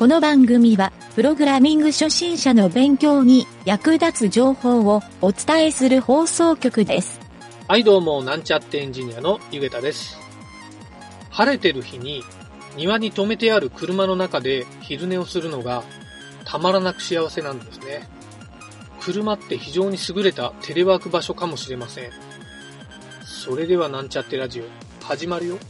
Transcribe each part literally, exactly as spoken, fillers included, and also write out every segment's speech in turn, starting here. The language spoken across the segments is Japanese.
の番組は、プログラミング初心者の勉強に役立つ情報をお伝えする放送局です。 はいどうも、なんちゃってエンジニアのゆげたです。晴れてる日に庭に止めてある車の中で昼寝をするのがたまらなく幸せなんですね。車って非常に優れたテレワーク場所かもしれません。それではなんちゃってラジオ始まるよ。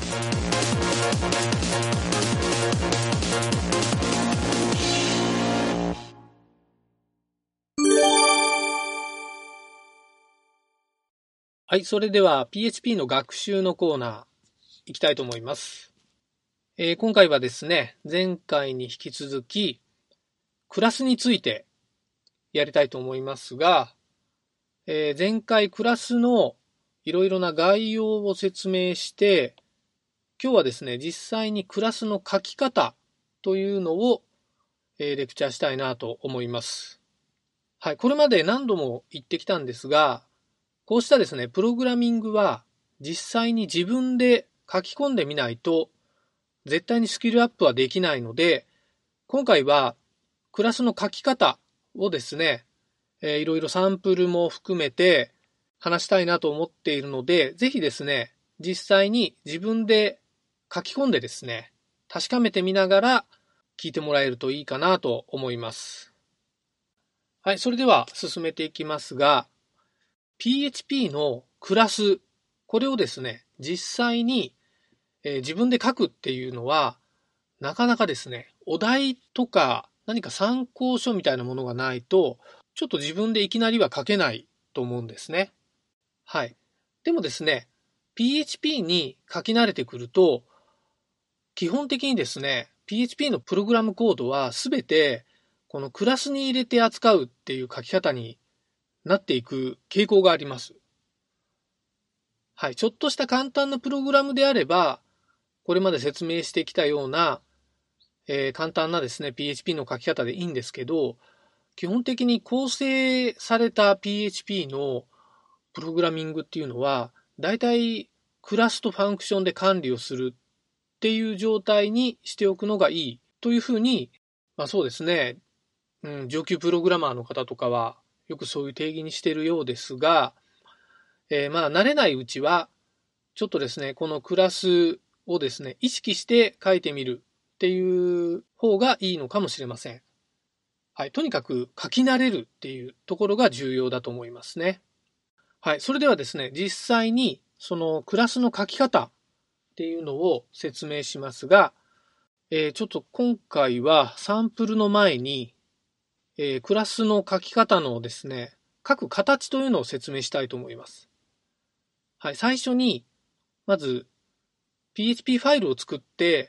はい、それでは ピーエイチピー の学習のコーナー行きたいと思います。えー、今回はですね、前回に引き続きクラスについてやりたいと思いますが、えー、前回クラスのいろいろな概要を説明して、今日はですね、実際にクラスの書き方というのを、えー、レクチャーしたいなと思います。はい、これまで何度も言ってきたんですが、こうしたですね、プログラミングは実際に自分で書き込んでみないと絶対にスキルアップはできないので、今回はクラスの書き方をですね、えー、いろいろサンプルも含めて話したいなと思っているので、ぜひですね、実際に自分で書き込んでですね、確かめてみながら聞いてもらえるといいかなと思います。はい、それでは進めていきますが、ピーエイチピー のクラス、これをですね、実際に、えー、自分で書くっていうのは、なかなかですね、お題とか何か参考書みたいなものがないと、ちょっと自分でいきなりは書けないと思うんですね。はい。でもですね、ピーエイチピー に書き慣れてくると、基本的にですね、ピーエイチピー のプログラムコードはすべてこのクラスに入れて扱うっていう書き方になっていく傾向があります。はい。ちょっとした簡単なプログラムであれば、これまで説明してきたような、えー、簡単なですね、ピーエイチピー の書き方でいいんですけど、基本的に構成された ピーエイチピー のプログラミングっていうのは、だいたいクラスとファンクションで管理をするっていう状態にしておくのがいいというふうに、まあそうですね、うん、上級プログラマーの方とかはよくそういう定義にしているようですが、えー、まあ慣れないうちは、ちょっとですね、このクラスをですね、意識して書いてみるっていう方がいいのかもしれません。はい。とにかく書き慣れるっていうところが重要だと思いますね。はい。それではですね、実際にそのクラスの書き方っていうのを説明しますが、えー、ちょっと今回はサンプルの前に、えー、クラスの書き方のですね、書く形というのを説明したいと思います。はい。最初に、まず ピーエイチピー ファイルを作って、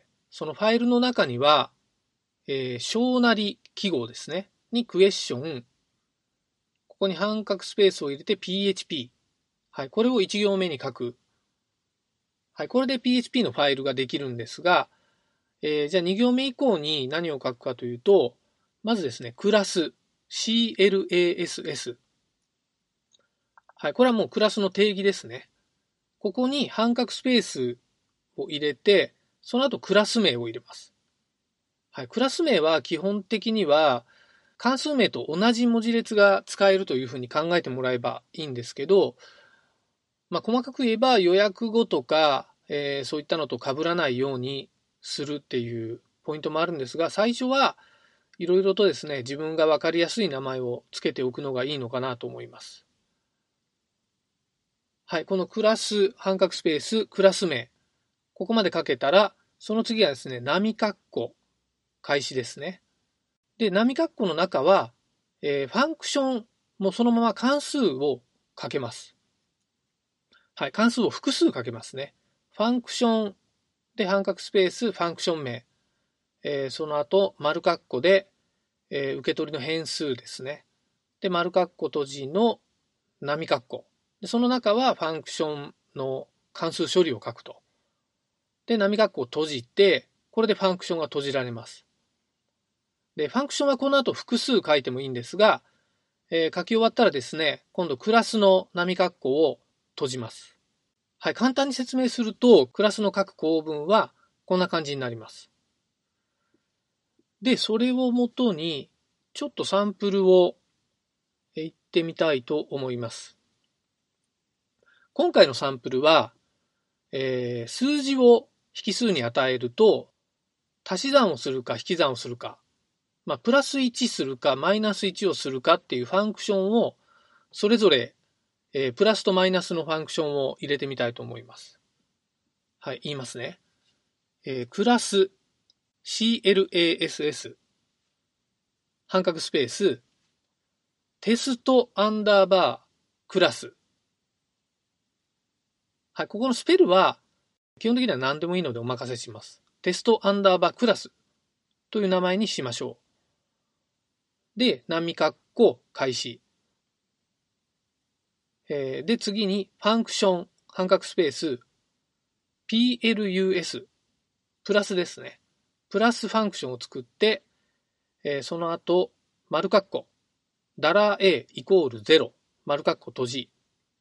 そのファイルの中には、えー、小なり記号ですね。にクエスチョン。ここに半角スペースを入れて ピーエイチピー。はい。これをいち行目に書く。はい。これで ピーエイチピー のファイルができるんですが、えー、じゃあに行目以降に何を書くかというと、まずですね、クラス。シーエルエーエスエス。はい。これはもうクラスの定義ですね。ここに半角スペースを入れて、その後クラス名を入れます。はい。クラス名は基本的には関数名と同じ文字列が使えるというふうに考えてもらえばいいんですけど、まあ、細かく言えば予約語とか、えー、そういったのと被らないようにするっていうポイントもあるんですが、最初はいろいろとですね、自分がわかりやすい名前をつけておくのがいいのかなと思います。はい。このクラス、半角スペース、クラス名。ここまで書けたら、その次はですね、波括弧、開始ですね。で、波括弧の中は、えー、ファンクションもそのまま関数をかけます。はい、関数を複数かけますね。ファンクションで半角スペース、ファンクション名。えー、その後、丸括弧で、えー、受け取りの変数ですね。で、丸括弧閉じの波括弧。で、その中はファンクションの関数処理を書くと。で、波括弧を閉じて、これでファンクションが閉じられます。で、ファンクションはこの後複数書いてもいいんですが、えー、書き終わったらですね、今度クラスの波括弧を閉じます。はい、簡単に説明すると、クラスの各構文はこんな感じになります。 で、それをもとに、ちょっとサンプルを言ってみたいと思います。今回のサンプルは、えー、数字を引数に与えると、足し算をするか引き算をするか、まあ、プラスいちするかマイナスいちをするかっていうファンクションを、それぞれ、えー、プラスとマイナスのファンクションを入れてみたいと思います。はい、言いますね。えー、クラス シーエルエーエスエス 半角スペーステストアンダーバークラス。はい、ここのスペルは基本的には何でもいいのでお任せします。テストアンダーバークラスという名前にしましょう。で、波括弧開始。えー、で、次にファンクション半角スペース ピーエルユーエス プラスですね。プラスファンクションを作って、えー、その後、丸括弧、ダラー A イコールゼロ、丸括弧閉じ。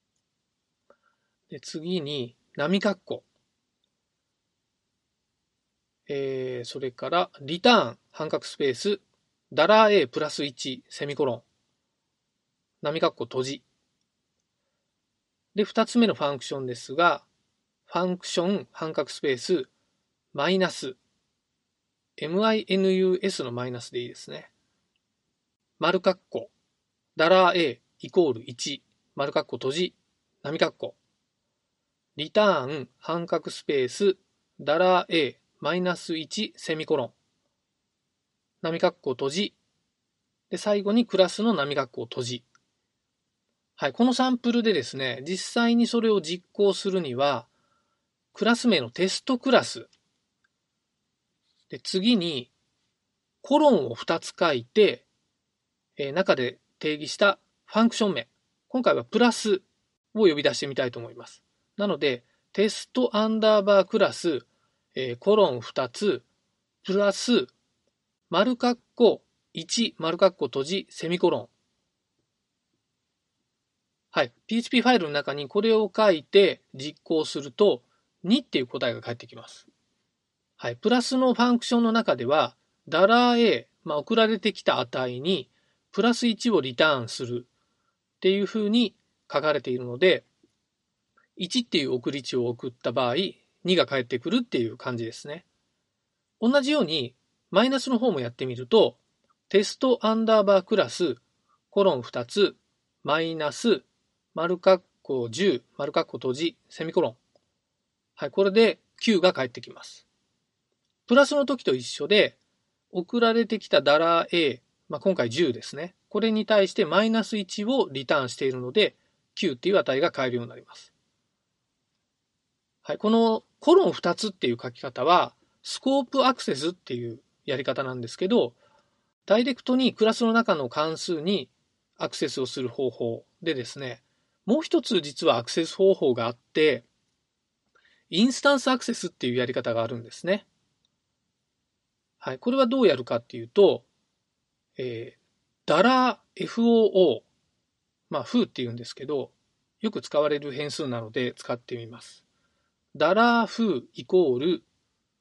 で、次に、波括弧、えー、それから、リターン、半角スペース、ダラー A プラスいち、セミコロン、波括弧閉じ。で、二つ目のファンクションですが、ファンクション、半角スペース、マイナス、minus のマイナスでいいですね。丸括弧、ダラー A イコールいち、丸括弧閉じ、波括弧。リターン、半角スペース、ダラー A マイナスいち、セミコロン。波括弧閉じ。で、最後にクラスの波括弧閉じ。はい、このサンプルでですね、実際にそれを実行するには、クラス名のテストクラス。で、次に、コロンをふたつ書いて、えー、中で定義したファンクション名。今回はプラスを呼び出してみたいと思います。なので、テストアンダーバークラス、えー、コロンふたつ、プラス、丸括弧いち、丸括弧閉じ、セミコロン。はい。ピーエイチピー ファイルの中にこれを書いて実行すると、にっていう答えが返ってきます。はい。プラスのファンクションの中では、ダラー A、まあ、送られてきた値に、プラスいちをリターンするっていうふうに書かれているので、いちっていう送り値を送った場合、にが返ってくるっていう感じですね。同じように、マイナスの方もやってみると、テストアンダーバークラス、コロンふたつ、マイナス、丸括弧じゅう、丸括弧閉じ、セミコロン。はい、これできゅうが返ってきます。プラスの時と一緒で、送られてきたダラー A、まあ、今回じゅうですね。これに対してマイナスいちをリターンしているので、きゅうっていう値が返るようになります。はい、このコロンふたつっていう書き方は、スコープアクセスっていうやり方なんですけど、ダイレクトにクラスの中の関数にアクセスをする方法でですね、もう一つ実はアクセス方法があって、インスタンスアクセスっていうやり方があるんですね。はい、これはどうやるかっていうと、えー、ダラ フォー、まあ、フーって言うんですけど、よく使われる変数なので使ってみます。ダラフーイコール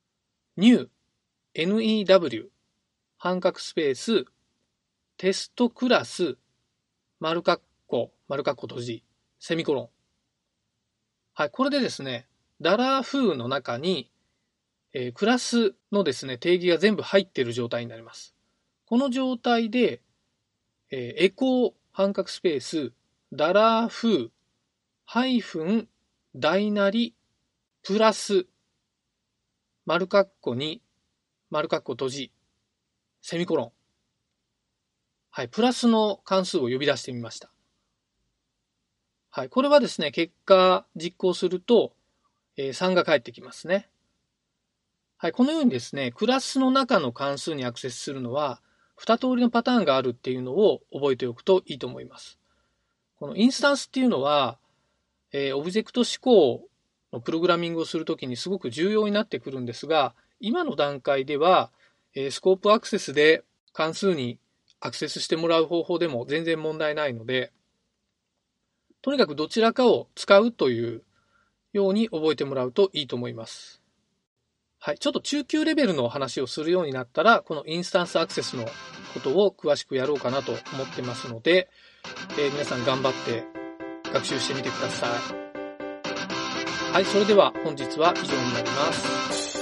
new、new、半角スペース、テストクラス、丸括弧、丸括弧閉じ、セミコロン。はい、これでですね、ダラフーの中に、えー、クラスのですね、定義が全部入っている状態になります。この状態で、えー、エコー半角スペース、ダラフー、ハイフン、大なり、プラス、丸括弧に、丸括弧閉じ、セミコロン。はい、プラスの関数を呼び出してみました。はい、これはですね、結果実行すると、えー、さんが返ってきますね。はい、このようにですね、クラスの中の関数にアクセスするのは、二通りのパターンがあるっていうのを覚えておくといいと思います。このインスタンスっていうのは、えー、オブジェクト指向のプログラミングをするときにすごく重要になってくるんですが、今の段階では、えー、スコープアクセスで関数にアクセスしてもらう方法でも全然問題ないので、とにかくどちらかを使うというように覚えてもらうといいと思います。 はい。ちょっと中級レベルの話をするようになったら、このインスタンスアクセスのことを詳しくやろうかなと思ってますので、えー、皆さん頑張って学習してみてください。はい。それでは本日は以上になります。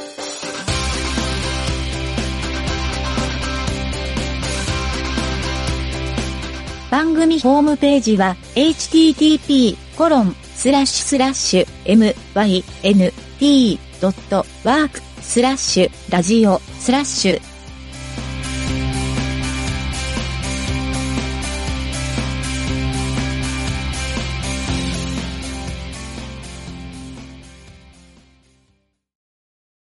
番組ホームページは エイチティーティーピーコロンスラッシュスラッシュエムワイエヌティードットワークスラッシュラジオスラッシュ